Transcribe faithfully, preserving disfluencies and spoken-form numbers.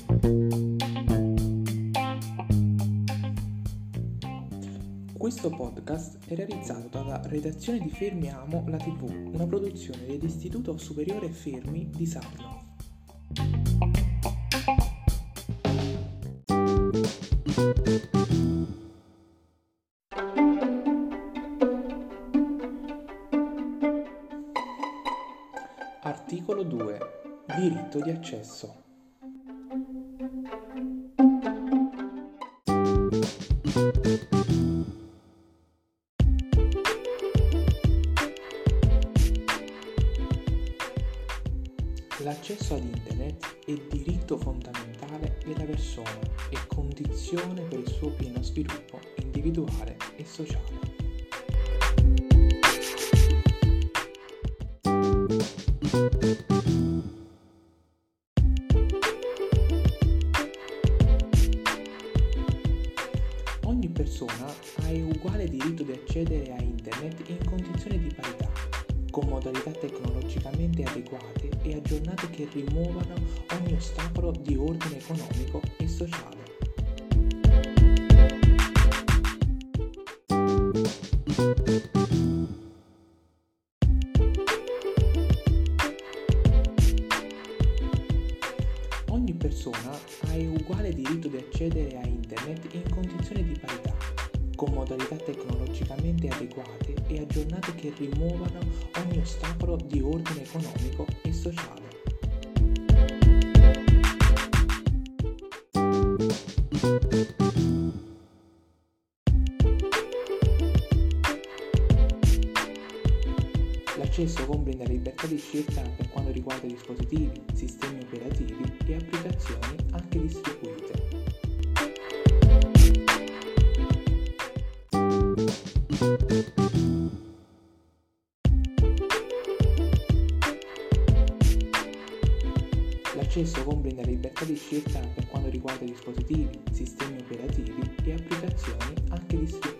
Questo podcast è realizzato dalla redazione di Fermiamo la tivù, una produzione dell'Istituto Superiore Fermi di Sarno. Articolo due. Diritto di accesso. L'accesso ad Internet è diritto fondamentale della persona e condizione per il suo pieno sviluppo individuale e sociale. Ogni persona ha uguale diritto di accedere a Internet in condizioni di parità, con modalità tecnologicamente adeguate e aggiornate che rimuovano ogni ostacolo di ordine economico e sociale. Ogni persona ha uguale diritto di accedere a Internet in condizioni di parità, con modalità tecnologicamente adeguate e aggiornate che rimuovano ogni ostacolo di ordine economico e sociale. L'accesso comprende la libertà di scelta per quanto riguarda dispositivi, sistemi operativi e applicazioni anche distribuite. L'accesso comprende la libertà di scelta per quanto riguarda dispositivi, sistemi operativi e applicazioni anche distribuite.